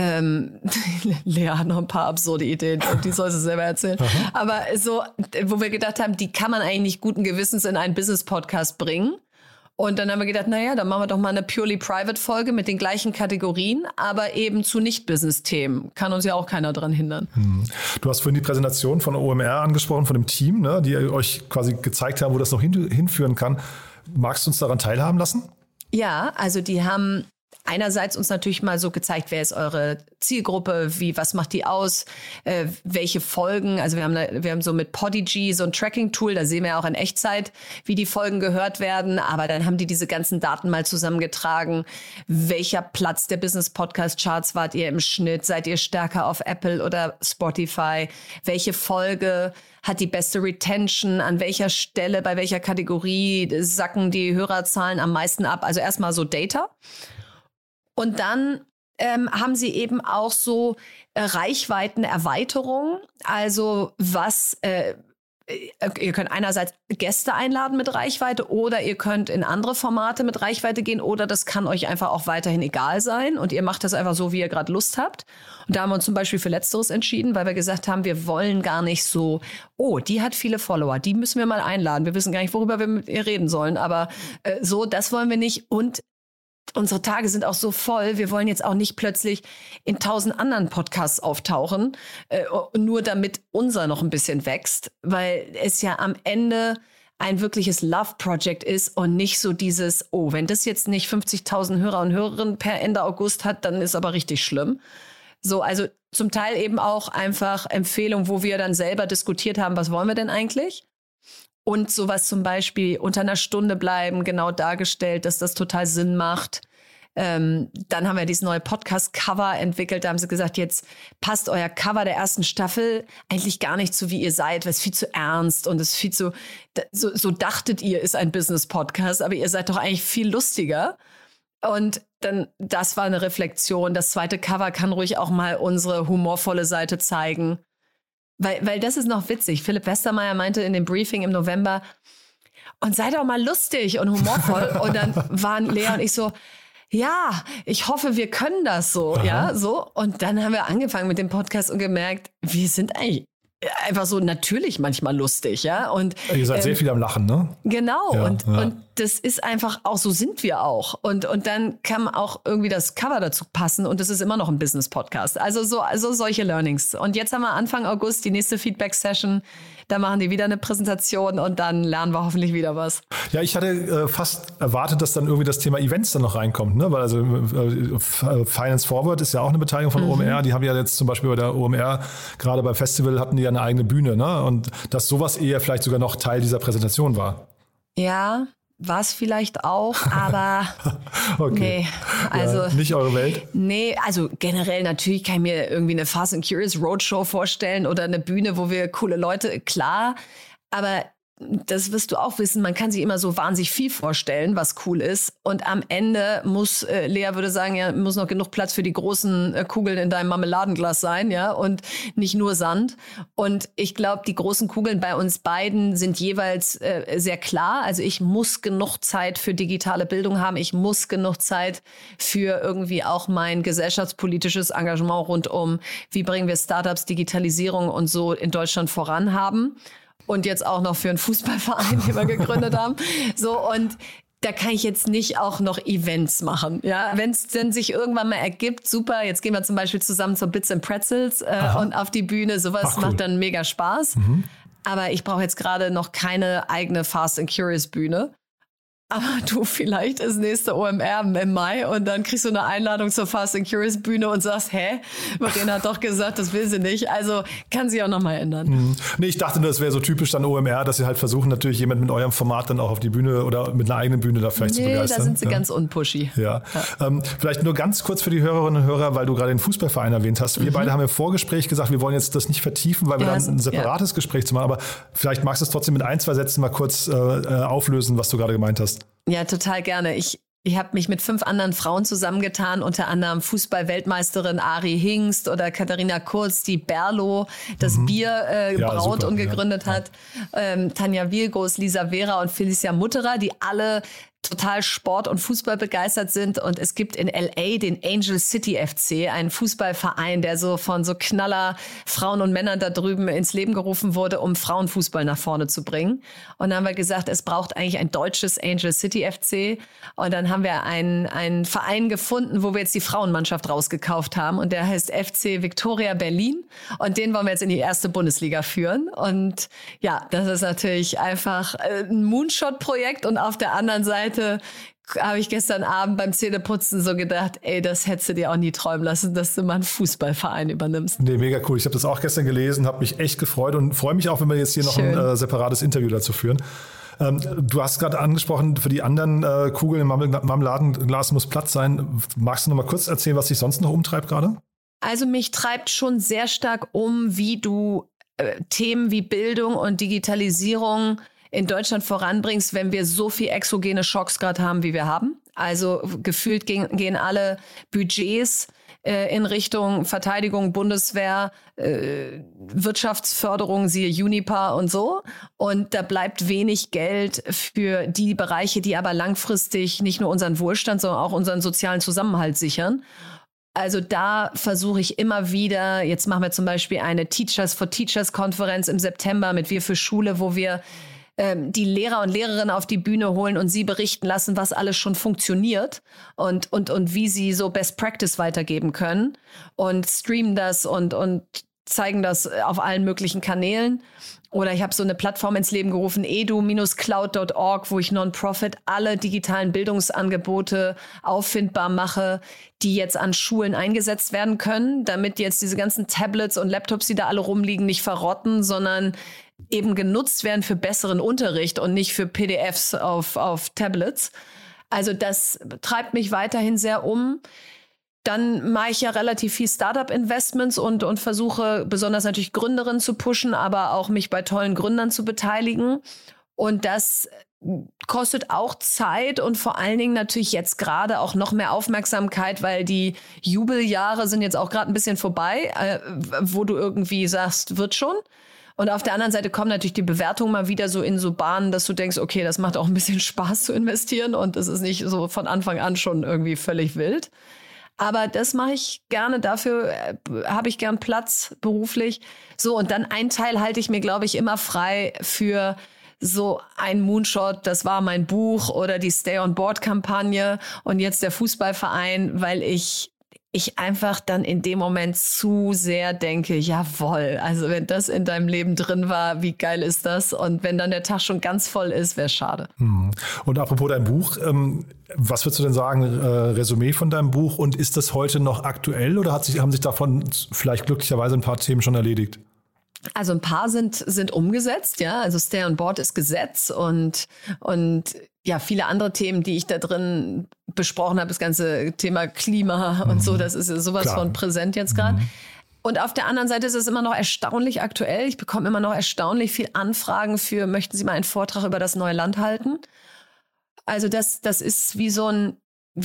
Lea hat noch ein paar absurde Ideen und die soll sie selber erzählen. Aber so, wo wir gedacht haben, die kann man eigentlich nicht guten Gewissens in einen Business-Podcast bringen. Und dann haben wir gedacht, naja, dann machen wir doch mal eine purely private Folge mit den gleichen Kategorien, aber eben zu Nicht-Business-Themen. Kann uns ja auch keiner dran hindern. Du hast vorhin die Präsentation von OMR angesprochen, von dem Team, ne, die euch quasi gezeigt haben, wo das noch hinführen kann. Magst du uns daran teilhaben lassen? Ja, also die haben einerseits uns natürlich mal so gezeigt, wer ist eure Zielgruppe, was macht die aus, welche Folgen, also wir haben so mit Podigy so ein Tracking-Tool, da sehen wir ja auch in Echtzeit, wie die Folgen gehört werden, aber dann haben die diese ganzen Daten mal zusammengetragen, welcher Platz der Business-Podcast-Charts wart ihr im Schnitt, seid ihr stärker auf Apple oder Spotify, welche Folge hat die beste Retention, an welcher Stelle, bei welcher Kategorie sacken die Hörerzahlen am meisten ab, also erstmal so Data. Und dann haben sie eben auch so Reichweitenerweiterungen. Also ihr könnt einerseits Gäste einladen mit Reichweite oder ihr könnt in andere Formate mit Reichweite gehen oder das kann euch einfach auch weiterhin egal sein und ihr macht das einfach so, wie ihr gerade Lust habt. Und da haben wir uns zum Beispiel für Letzteres entschieden, weil wir gesagt haben, wir wollen gar nicht so, oh, die hat viele Follower, die müssen wir mal einladen. Wir wissen gar nicht, worüber wir mit ihr reden sollen, aber so, das wollen wir nicht. Und unsere Tage sind auch so voll, wir wollen jetzt auch nicht plötzlich in 1000 anderen Podcasts auftauchen, nur damit unser noch ein bisschen wächst, weil es ja am Ende ein wirkliches Love-Project ist und nicht so dieses, oh, wenn das jetzt nicht 50.000 Hörer und Hörerinnen per Ende August hat, dann ist aber richtig schlimm. So, also zum Teil eben auch einfach Empfehlungen, wo wir dann selber diskutiert haben, was wollen wir denn eigentlich? Und sowas zum Beispiel unter einer Stunde bleiben, genau dargestellt, dass das total Sinn macht. Dann haben wir dieses neue Podcast-Cover entwickelt. Da haben sie gesagt, jetzt passt euer Cover der 1. Staffel eigentlich gar nicht zu, wie ihr seid, weil es viel zu ernst und es viel zu, so dachtet ihr, ist ein Business-Podcast, aber ihr seid doch eigentlich viel lustiger. Und dann, das war eine Reflexion. Das zweite Cover kann ruhig auch mal unsere humorvolle Seite zeigen. Weil das ist noch witzig. Philipp Westermeier meinte in dem Briefing im November, und sei doch mal lustig und humorvoll. Und dann waren Lea und ich so, ja, ich hoffe, wir können das so. Aha. Ja, so. Und dann haben wir angefangen mit dem Podcast und gemerkt, wir sind eigentlich einfach so natürlich manchmal lustig, ja. Und ihr seid sehr viel am Lachen, ne? Genau. Ja, und das ist einfach auch, so sind wir auch. Und dann kann auch irgendwie das Cover dazu passen und es ist immer noch ein Business-Podcast. Also solche Learnings. Und jetzt haben wir Anfang August die nächste Feedback-Session. Da machen die wieder eine Präsentation und dann lernen wir hoffentlich wieder was. Ja, ich hatte fast erwartet, dass dann irgendwie das Thema Events dann noch reinkommt, ne? Weil also Finance Forward ist ja auch eine Beteiligung von OMR. Die haben ja jetzt zum Beispiel bei der OMR, gerade beim Festival, hatten die ja eine eigene Bühne, ne? Und dass sowas eher vielleicht sogar noch Teil dieser Präsentation war. Ja, war es vielleicht auch, aber okay. Nee, also ja, nicht eure Welt? Nee, also generell natürlich kann ich mir irgendwie eine Fast and Curious Roadshow vorstellen oder eine Bühne, wo wir coole Leute, klar, aber das wirst du auch wissen, man kann sich immer so wahnsinnig viel vorstellen, was cool ist. Und am Ende muss, Lea würde sagen, ja, muss noch genug Platz für die großen Kugeln in deinem Marmeladenglas sein, ja, und nicht nur Sand. Und ich glaube, die großen Kugeln bei uns beiden sind jeweils sehr klar. Also ich muss genug Zeit für digitale Bildung haben. Ich muss genug Zeit für irgendwie auch mein gesellschaftspolitisches Engagement rund um, wie bringen wir Startups, Digitalisierung und so in Deutschland voran haben. Und jetzt auch noch für einen Fußballverein, den wir gegründet haben. So, und da kann ich jetzt nicht auch noch Events machen. Ja, wenn es denn sich irgendwann mal ergibt, super, jetzt gehen wir zum Beispiel zusammen zur Bits and Pretzels und auf die Bühne. Sowas cool. Macht dann mega Spaß. Aber ich brauche jetzt gerade noch keine eigene Fast and Curious Bühne. Aber du, vielleicht ist nächste OMR im Mai und dann kriegst du eine Einladung zur Fast and Curious Bühne und sagst, Verena hat doch gesagt, das will sie nicht. Also kann sie auch noch mal ändern. Nee, ich dachte nur, das wäre so typisch dann OMR, dass sie halt versuchen, natürlich jemand mit eurem Format dann auch auf die Bühne oder mit einer eigenen Bühne da vielleicht zu begeistern. Da sind sie ganz unpushy. Ja. Vielleicht nur ganz kurz für die Hörerinnen und Hörer, weil du gerade den Fußballverein erwähnt hast. Wir beide haben im Vorgespräch gesagt, wir wollen jetzt das nicht vertiefen, weil wir dann ein separates Gespräch zu machen. Aber vielleicht magst du es trotzdem mit 1, 2 Sätzen mal kurz auflösen, was du gerade gemeint hast. Ja, total gerne. Ich habe mich mit 5 anderen Frauen zusammengetan, unter anderem Fußball-Weltmeisterin Ari Hingst oder Katharina Kurz, die Berlo, das Bier braut und gegründet hat, Tanja Wilgos, Lisa Vera und Felicia Mutterer, die alle total Sport- und Fußball begeistert sind. Und es gibt in LA den Angel City FC, einen Fußballverein, der so von so Knaller Frauen und Männern da drüben ins Leben gerufen wurde, um Frauenfußball nach vorne zu bringen. Und dann haben wir gesagt, es braucht eigentlich ein deutsches Angel City FC. Und dann haben wir einen Verein gefunden, wo wir jetzt die Frauenmannschaft rausgekauft haben. Und der heißt FC Victoria Berlin. Und den wollen wir jetzt in die erste Bundesliga führen. Und ja, das ist natürlich einfach ein Moonshot-Projekt. Und auf der anderen Seite habe ich gestern Abend beim Zähneputzen so gedacht, das hättest du dir auch nie träumen lassen, dass du mal einen Fußballverein übernimmst. Nee, mega cool. Ich habe das auch gestern gelesen, habe mich echt gefreut und freue mich auch, wenn wir jetzt hier noch ein separates Interview dazu führen. Du hast gerade angesprochen, für die anderen Kugeln im Marmeladenglas muss Platz sein. Magst du noch mal kurz erzählen, was dich sonst noch umtreibt gerade? Also mich treibt schon sehr stark wie du Themen wie Bildung und Digitalisierung in Deutschland voranbringst, wenn wir so viel exogene Schocks gerade haben, wie wir haben. Also gefühlt gehen alle Budgets in Richtung Verteidigung, Bundeswehr, Wirtschaftsförderung, siehe Unipa und so. Und da bleibt wenig Geld für die Bereiche, die aber langfristig nicht nur unseren Wohlstand, sondern auch unseren sozialen Zusammenhalt sichern. Also da versuche ich immer wieder, jetzt machen wir zum Beispiel eine Teachers for Teachers Konferenz im September mit Wir für Schule, wo wir die Lehrer und Lehrerinnen auf die Bühne holen und sie berichten lassen, was alles schon funktioniert und wie sie so Best Practice weitergeben können und streamen das und zeigen das auf allen möglichen Kanälen. Oder ich habe so eine Plattform ins Leben gerufen, edu-cloud.org, wo ich Non-Profit alle digitalen Bildungsangebote auffindbar mache, die jetzt an Schulen eingesetzt werden können, damit jetzt diese ganzen Tablets und Laptops, die da alle rumliegen, nicht verrotten, sondern eben genutzt werden für besseren Unterricht und nicht für PDFs auf Tablets. Also das treibt mich weiterhin sehr um. Dann mache ich ja relativ viel Startup-Investments und versuche besonders natürlich Gründerinnen zu pushen, aber auch mich bei tollen Gründern zu beteiligen. Und das kostet auch Zeit und vor allen Dingen natürlich jetzt gerade auch noch mehr Aufmerksamkeit, weil die Jubeljahre sind jetzt auch gerade ein bisschen vorbei, wo du irgendwie sagst, wird schon. Und auf der anderen Seite kommen natürlich die Bewertungen mal wieder so in so Bahnen, dass du denkst, okay, das macht auch ein bisschen Spaß zu investieren und es ist nicht so von Anfang an schon irgendwie völlig wild. Aber das mache ich gerne, dafür habe ich gern Platz beruflich. So, und dann ein Teil halte ich mir, glaube ich, immer frei für so ein Moonshot, das war mein Buch oder die Stay-on-Board-Kampagne und jetzt der Fußballverein, weil ich einfach dann in dem Moment zu sehr denke, jawohl, also wenn das in deinem Leben drin war, wie geil ist das? Und wenn dann der Tag schon ganz voll ist, wäre schade. Und apropos dein Buch, was würdest du denn sagen, Resümee von deinem Buch? Und ist das heute noch aktuell oder haben sich davon vielleicht glücklicherweise ein paar Themen schon erledigt? Also ein paar sind umgesetzt, ja. Also Stay on Board ist Gesetz und ja, viele andere Themen, die ich da drin besprochen habe, das ganze Thema Klima und so, das ist ja sowas von präsent jetzt gerade. Und auf der anderen Seite ist es immer noch erstaunlich aktuell. Ich bekomme immer noch erstaunlich viel Anfragen für, möchten Sie mal einen Vortrag über das neue Land halten? Also das ist wie so ein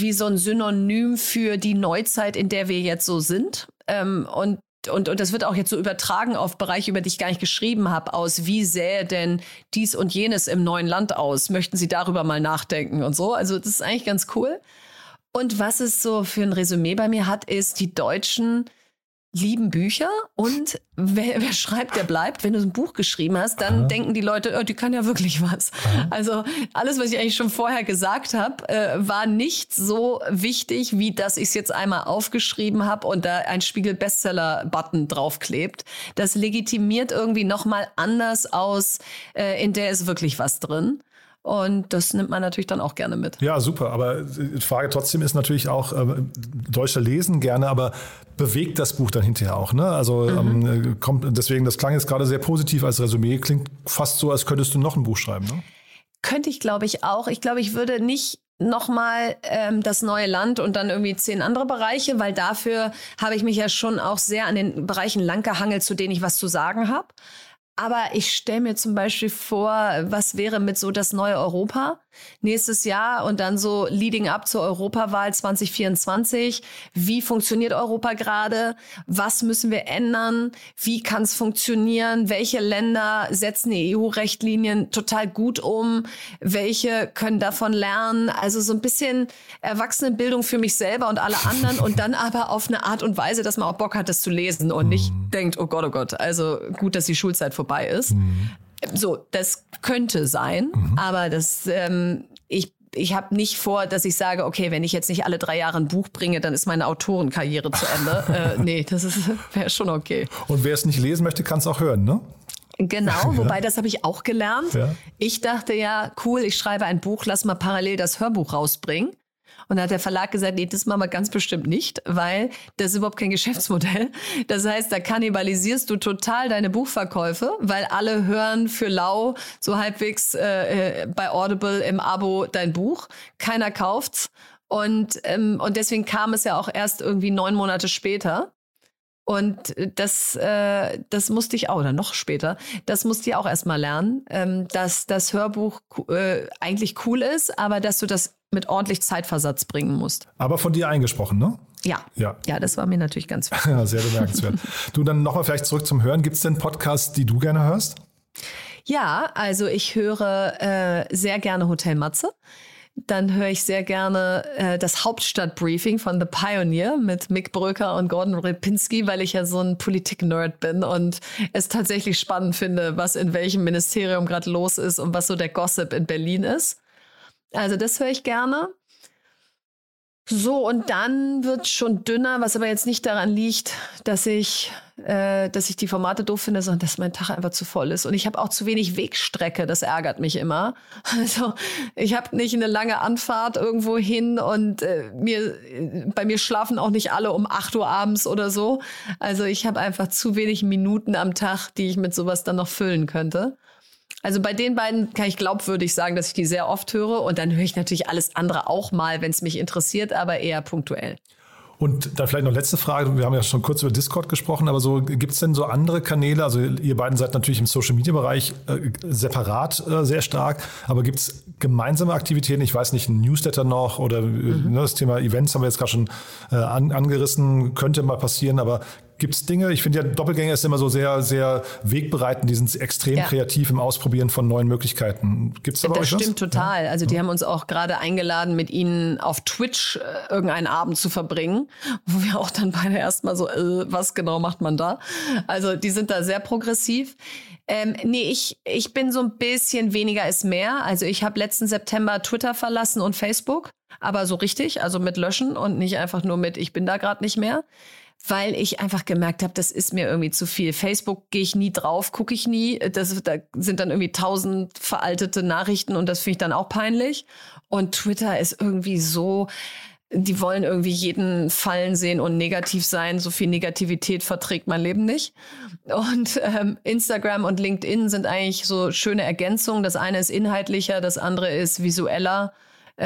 Synonym für die Neuzeit, in der wir jetzt so sind. Und das wird auch jetzt so übertragen auf Bereiche, über die ich gar nicht geschrieben habe, aus wie sähe denn dies und jenes im neuen Land aus? Möchten Sie darüber mal nachdenken und so? Also das ist eigentlich ganz cool. Und was es so für ein Resümee bei mir hat, ist, die Deutschen lieben Bücher und wer schreibt, der bleibt. Wenn du ein Buch geschrieben hast, dann denken die Leute, oh, die kann ja wirklich was. Also alles, was ich eigentlich schon vorher gesagt habe, war nicht so wichtig, wie dass ich es jetzt einmal aufgeschrieben habe und da ein Spiegel-Bestseller-Button draufklebt. Das legitimiert irgendwie nochmal anders aus, in der ist wirklich was drin. Und das nimmt man natürlich dann auch gerne mit. Ja, super. Aber die Frage trotzdem ist natürlich auch, Deutsche lesen gerne, aber bewegt das Buch dann hinterher auch? Ne? Also deswegen, das klang jetzt gerade sehr positiv als Resümee. Klingt fast so, als könntest du noch ein Buch schreiben, ne? Könnte ich, glaube ich, auch. Ich glaube, ich würde nicht nochmal das neue Land und dann irgendwie 10 andere Bereiche, weil dafür habe ich mich ja schon auch sehr an den Bereichen langgehangelt, zu denen ich was zu sagen habe. Aber ich stelle mir zum Beispiel vor, was wäre mit so das neue Europa nächstes Jahr und dann so leading up zur Europawahl 2024. Wie funktioniert Europa gerade? Was müssen wir ändern? Wie kann es funktionieren? Welche Länder setzen die EU-Rechtlinien total gut um? Welche können davon lernen? Also so ein bisschen Erwachsenenbildung für mich selber und alle anderen und dann aber auf eine Art und Weise, dass man auch Bock hat, das zu lesen und nicht denkt, oh Gott, also gut, dass die Schulzeit vorbei ist. So, das könnte sein, aber das, ich habe nicht vor, dass ich sage, okay, wenn ich jetzt nicht alle 3 Jahre ein Buch bringe, dann ist meine Autorenkarriere zu Ende. Nee, das wäre schon okay. Und wer es nicht lesen möchte, kann es auch hören, ne? Genau, wobei das habe ich auch gelernt. Ja. Ich dachte ja, cool, ich schreibe ein Buch, lass mal parallel das Hörbuch rausbringen. Und da hat der Verlag gesagt, nee, das machen wir ganz bestimmt nicht, weil das ist überhaupt kein Geschäftsmodell. Das heißt, da kannibalisierst du total deine Buchverkäufe, weil alle hören für lau so halbwegs bei Audible im Abo dein Buch. Keiner kauft's. Und deswegen kam es ja auch erst irgendwie 9 Monate später. Und das musste ich auch, oder noch später, das musste ich auch erstmal lernen, dass das Hörbuch eigentlich cool ist, aber dass du das mit ordentlich Zeitversatz bringen musst. Aber von dir eingesprochen, ne? Ja, das war mir natürlich ganz wichtig. Ja, sehr bemerkenswert. Du, dann nochmal vielleicht zurück zum Hören. Gibt es denn Podcasts, die du gerne hörst? Ja, also ich höre sehr gerne Hotel Matze. Dann höre ich sehr gerne das Hauptstadtbriefing von The Pioneer mit Mick Bröker und Gordon Repinski, weil ich ja so ein Politik-Nerd bin und es tatsächlich spannend finde, was in welchem Ministerium gerade los ist und was so der Gossip in Berlin ist. Also das höre ich gerne. So, und dann wird es schon dünner, was aber jetzt nicht daran liegt, dass ich die Formate doof finde, sondern dass mein Tag einfach zu voll ist. Und ich habe auch zu wenig Wegstrecke, das ärgert mich immer. Also ich habe nicht eine lange Anfahrt irgendwo hin und bei mir schlafen auch nicht alle um 8 Uhr abends oder so. Also ich habe einfach zu wenig Minuten am Tag, die ich mit sowas dann noch füllen könnte. Also bei den beiden kann ich glaubwürdig sagen, dass ich die sehr oft höre. Und dann höre ich natürlich alles andere auch mal, wenn es mich interessiert, aber eher punktuell. Und dann vielleicht noch letzte Frage. Wir haben ja schon kurz über Discord gesprochen, aber so gibt es denn so andere Kanäle? Also ihr beiden seid natürlich im Social-Media-Bereich separat sehr stark, aber gibt es gemeinsame Aktivitäten? Ich weiß nicht, ein Newsletter noch oder das Thema Events haben wir jetzt gerade schon angerissen, könnte mal passieren, aber gibt es Dinge? Ich finde ja, Doppelgänger ist immer so sehr, sehr wegbereitend. Die sind extrem kreativ im Ausprobieren von neuen Möglichkeiten. Gibt es da bei euch was? Das stimmt total. Ja. Also die haben uns auch gerade eingeladen, mit ihnen auf Twitch irgendeinen Abend zu verbringen, wo wir auch dann beide erstmal so, was genau macht man da? Also die sind da sehr progressiv. Nee, ich bin so ein bisschen weniger ist mehr. Also ich habe letzten September Twitter verlassen und Facebook, aber so richtig, also mit Löschen und nicht einfach nur mit, ich bin da gerade nicht mehr. Weil ich einfach gemerkt habe, das ist mir irgendwie zu viel. Facebook gehe ich nie drauf, gucke ich nie. Da sind dann irgendwie 1000 veraltete Nachrichten und das finde ich dann auch peinlich. Und Twitter ist irgendwie so, die wollen irgendwie jeden fallen sehen und negativ sein. So viel Negativität verträgt mein Leben nicht. Und Instagram und LinkedIn sind eigentlich so schöne Ergänzungen. Das eine ist inhaltlicher, das andere ist visueller.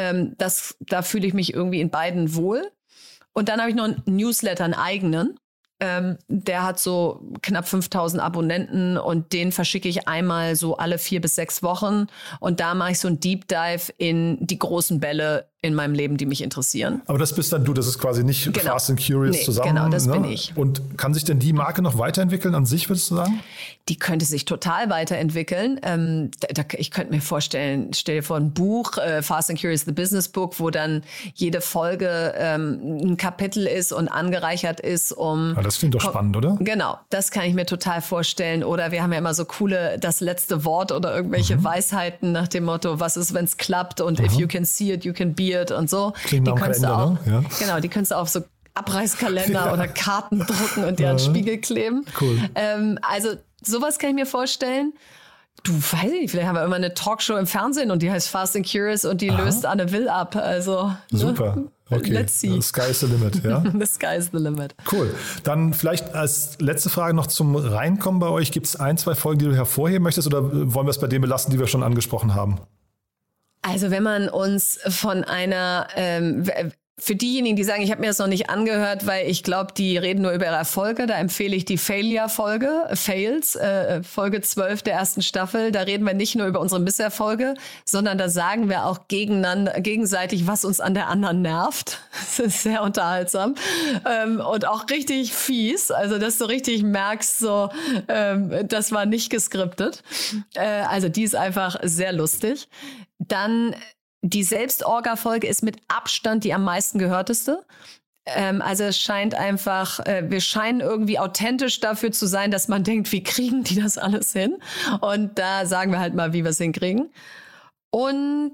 Da fühle ich mich irgendwie in beiden wohl. Und dann habe ich noch einen Newsletter, einen eigenen. Der hat so knapp 5000 Abonnenten und den verschicke ich einmal so alle 4 bis 6 Wochen. Und da mache ich so ein Deep Dive in die großen Bälle in meinem Leben, die mich interessieren. Aber das bist dann du, das ist quasi nicht Fast and Curious zusammen. Genau, das bin ich. Und kann sich denn die Marke noch weiterentwickeln an sich, würdest du sagen? Die könnte sich total weiterentwickeln. Ich könnte mir vorstellen, stell dir vor, ein Buch, Fast and Curious, the Business Book, wo dann jede Folge ein Kapitel ist und angereichert ist, um... Ja, das klingt doch spannend, oder? Genau, das kann ich mir total vorstellen. Oder wir haben ja immer so coole, das letzte Wort oder irgendwelche Weisheiten nach dem Motto, was ist, wenn es klappt und if you can see it, you can be it und so. Klingt nach einem Kalender, auch, ne? Ja. Genau, die kannst du auf so Abreißkalender oder Karten drucken und die an den Spiegel kleben. Cool. Also sowas kann ich mir vorstellen. Du, weiß ich nicht, vielleicht haben wir immer eine Talkshow im Fernsehen und die heißt Fast and Curious und die löst Anne Will ab. Also, super. Okay. Let's see. The sky is the limit, ja? The sky is the limit. Cool. Dann vielleicht als letzte Frage noch zum Reinkommen bei euch. Gibt es 1, 2 Folgen, die du hervorheben möchtest oder wollen wir es bei denen belassen, die wir schon angesprochen haben? Also wenn man uns von einer... Für diejenigen, die sagen, ich habe mir das noch nicht angehört, weil ich glaube, die reden nur über ihre Erfolge, da empfehle ich die Failure-Folge, Fails, Folge 12 der ersten Staffel. Da reden wir nicht nur über unsere Misserfolge, sondern da sagen wir auch gegenseitig, was uns an der anderen nervt. Das ist sehr unterhaltsam und auch richtig fies. Also, dass du richtig merkst, so, das war nicht geskriptet. Also, die ist einfach sehr lustig. Dann die Selbstorga-Folge ist mit Abstand die am meisten gehörteste. Also es scheint einfach, wir scheinen irgendwie authentisch dafür zu sein, dass man denkt, wie kriegen die das alles hin? Und da sagen wir halt mal, wie wir es hinkriegen. Und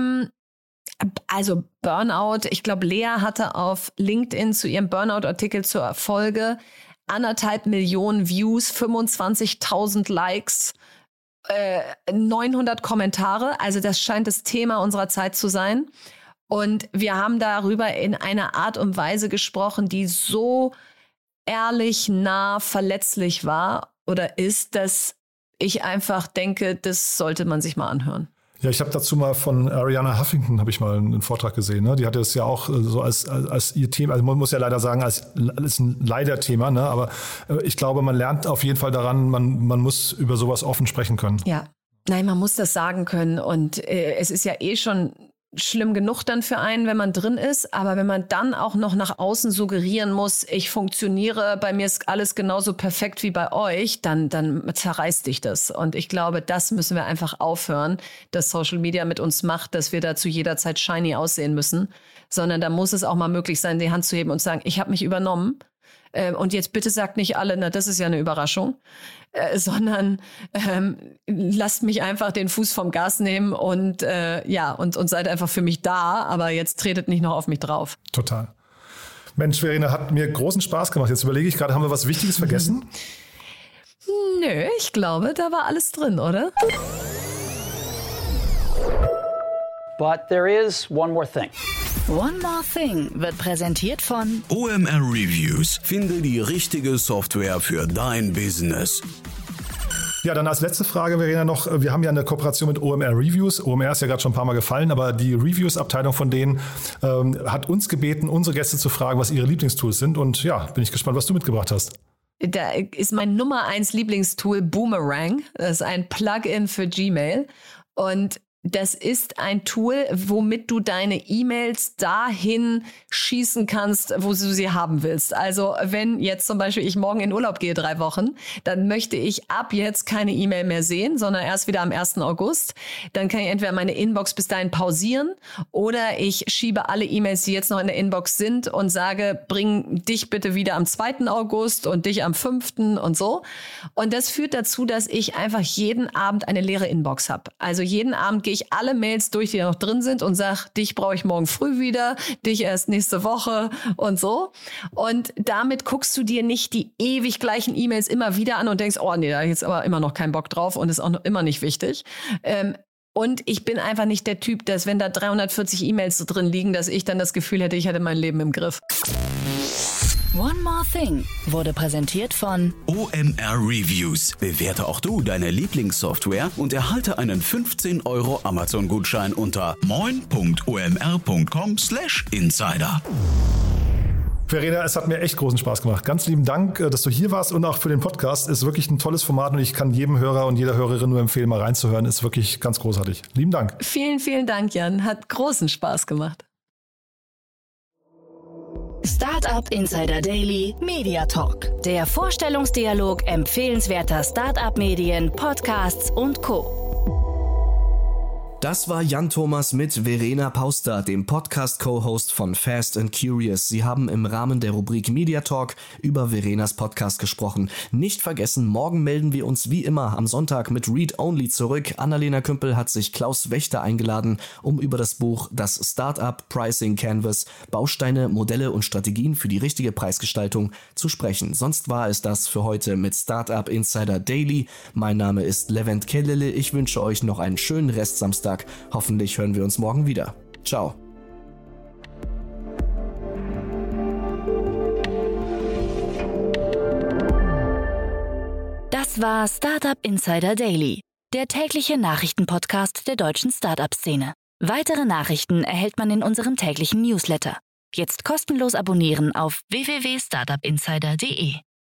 also Burnout, ich glaube, Lea hatte auf LinkedIn zu ihrem Burnout-Artikel zur Folge 1,5 Millionen Views, 25.000 Likes, 900 Kommentare, also das scheint das Thema unserer Zeit zu sein. Und wir haben darüber in einer Art und Weise gesprochen, die so ehrlich, nah, verletzlich war oder ist, dass ich einfach denke, das sollte man sich mal anhören. Ja, ich habe dazu mal von Arianna Huffington habe ich mal einen Vortrag gesehen. Ne? Die hatte es ja auch so als ihr Thema, also man muss ja leider sagen, als ein Leider-Thema, ne? Aber ich glaube, man lernt auf jeden Fall daran, man muss über sowas offen sprechen können. Ja, nein, man muss das sagen können und es ist ja eh schon schlimm genug dann für einen, wenn man drin ist, aber wenn man dann auch noch nach außen suggerieren muss, ich funktioniere, bei mir ist alles genauso perfekt wie bei euch, dann zerreißt dich das. Und ich glaube, das müssen wir einfach aufhören, dass Social Media mit uns macht, dass wir da zu jeder Zeit shiny aussehen müssen, sondern da muss es auch mal möglich sein, die Hand zu heben und zu sagen, ich habe mich übernommen. Und jetzt bitte sagt nicht alle, na, das ist ja eine Überraschung, sondern lasst mich einfach den Fuß vom Gas nehmen und und seid einfach für mich da, aber jetzt tretet nicht noch auf mich drauf. Total. Mensch, Verena, hat mir großen Spaß gemacht. Jetzt überlege ich gerade, haben wir was Wichtiges vergessen? Nö, ich glaube, da war alles drin, oder? But there is one more thing. One More Thing wird präsentiert von OMR Reviews. Finde die richtige Software für dein Business. Ja, dann als letzte Frage, Verena, noch, wir haben ja eine Kooperation mit OMR Reviews. OMR ist ja gerade schon ein paar Mal gefallen, aber die Reviews-Abteilung von denen hat uns gebeten, unsere Gäste zu fragen, was ihre Lieblingstools sind. Und ja, bin ich gespannt, was du mitgebracht hast. Da ist mein Nummer 1 Lieblingstool Boomerang. Das ist ein Plugin für Gmail. Und das ist ein Tool, womit du deine E-Mails dahin schießen kannst, wo du sie haben willst. Also wenn jetzt zum Beispiel ich morgen in Urlaub gehe 3 Wochen, dann möchte ich ab jetzt keine E-Mail mehr sehen, sondern erst wieder am 1. August. Dann kann ich entweder meine Inbox bis dahin pausieren oder ich schiebe alle E-Mails, die jetzt noch in der Inbox sind und sage, bring dich bitte wieder am 2. August und dich am 5. und so. Und das führt dazu, dass ich einfach jeden Abend eine leere Inbox habe. Also jeden Abend gehe ich alle Mails durch, die da noch drin sind und sage, dich brauche ich morgen früh wieder, dich erst nächste Woche und so. Und damit guckst du dir nicht die ewig gleichen E-Mails immer wieder an und denkst, oh nee, da habe ich jetzt aber immer noch keinen Bock drauf und ist auch noch immer nicht wichtig. Und ich bin einfach nicht der Typ, dass wenn da 340 E-Mails so drin liegen, dass ich dann das Gefühl hätte, ich hätte mein Leben im Griff. One More Thing wurde präsentiert von OMR Reviews. Bewerte auch du deine Lieblingssoftware und erhalte einen 15 € Amazon-Gutschein unter moin.omr.com/insider. Verena, es hat mir echt großen Spaß gemacht. Ganz lieben Dank, dass du hier warst und auch für den Podcast. Ist wirklich ein tolles Format und ich kann jedem Hörer und jeder Hörerin nur empfehlen, mal reinzuhören. Ist wirklich ganz großartig. Lieben Dank. Vielen, vielen Dank, Jan. Hat großen Spaß gemacht. Startup Insider Daily Media Talk. Der Vorstellungsdialog empfehlenswerter Startup-Medien, Podcasts und Co. Das war Jan Thomas mit Verena Pauster, dem Podcast-Co-Host von Fast and Curious. Sie haben im Rahmen der Rubrik Media Talk über Verenas Podcast gesprochen. Nicht vergessen, morgen melden wir uns wie immer am Sonntag mit Read Only zurück. Annalena Kümpel hat sich Klaus Wächter eingeladen, um über das Buch Das Startup Pricing Canvas, Bausteine, Modelle und Strategien für die richtige Preisgestaltung zu sprechen. Sonst war es das für heute mit Startup Insider Daily. Mein Name ist Levent Kellele. Ich wünsche euch noch einen schönen Restsamstag. Hoffentlich hören wir uns morgen wieder. Ciao. Das war Startup Insider Daily, der tägliche Nachrichtenpodcast der deutschen Startup-Szene. Weitere Nachrichten erhält man in unserem täglichen Newsletter. Jetzt kostenlos abonnieren auf www.startupinsider.de.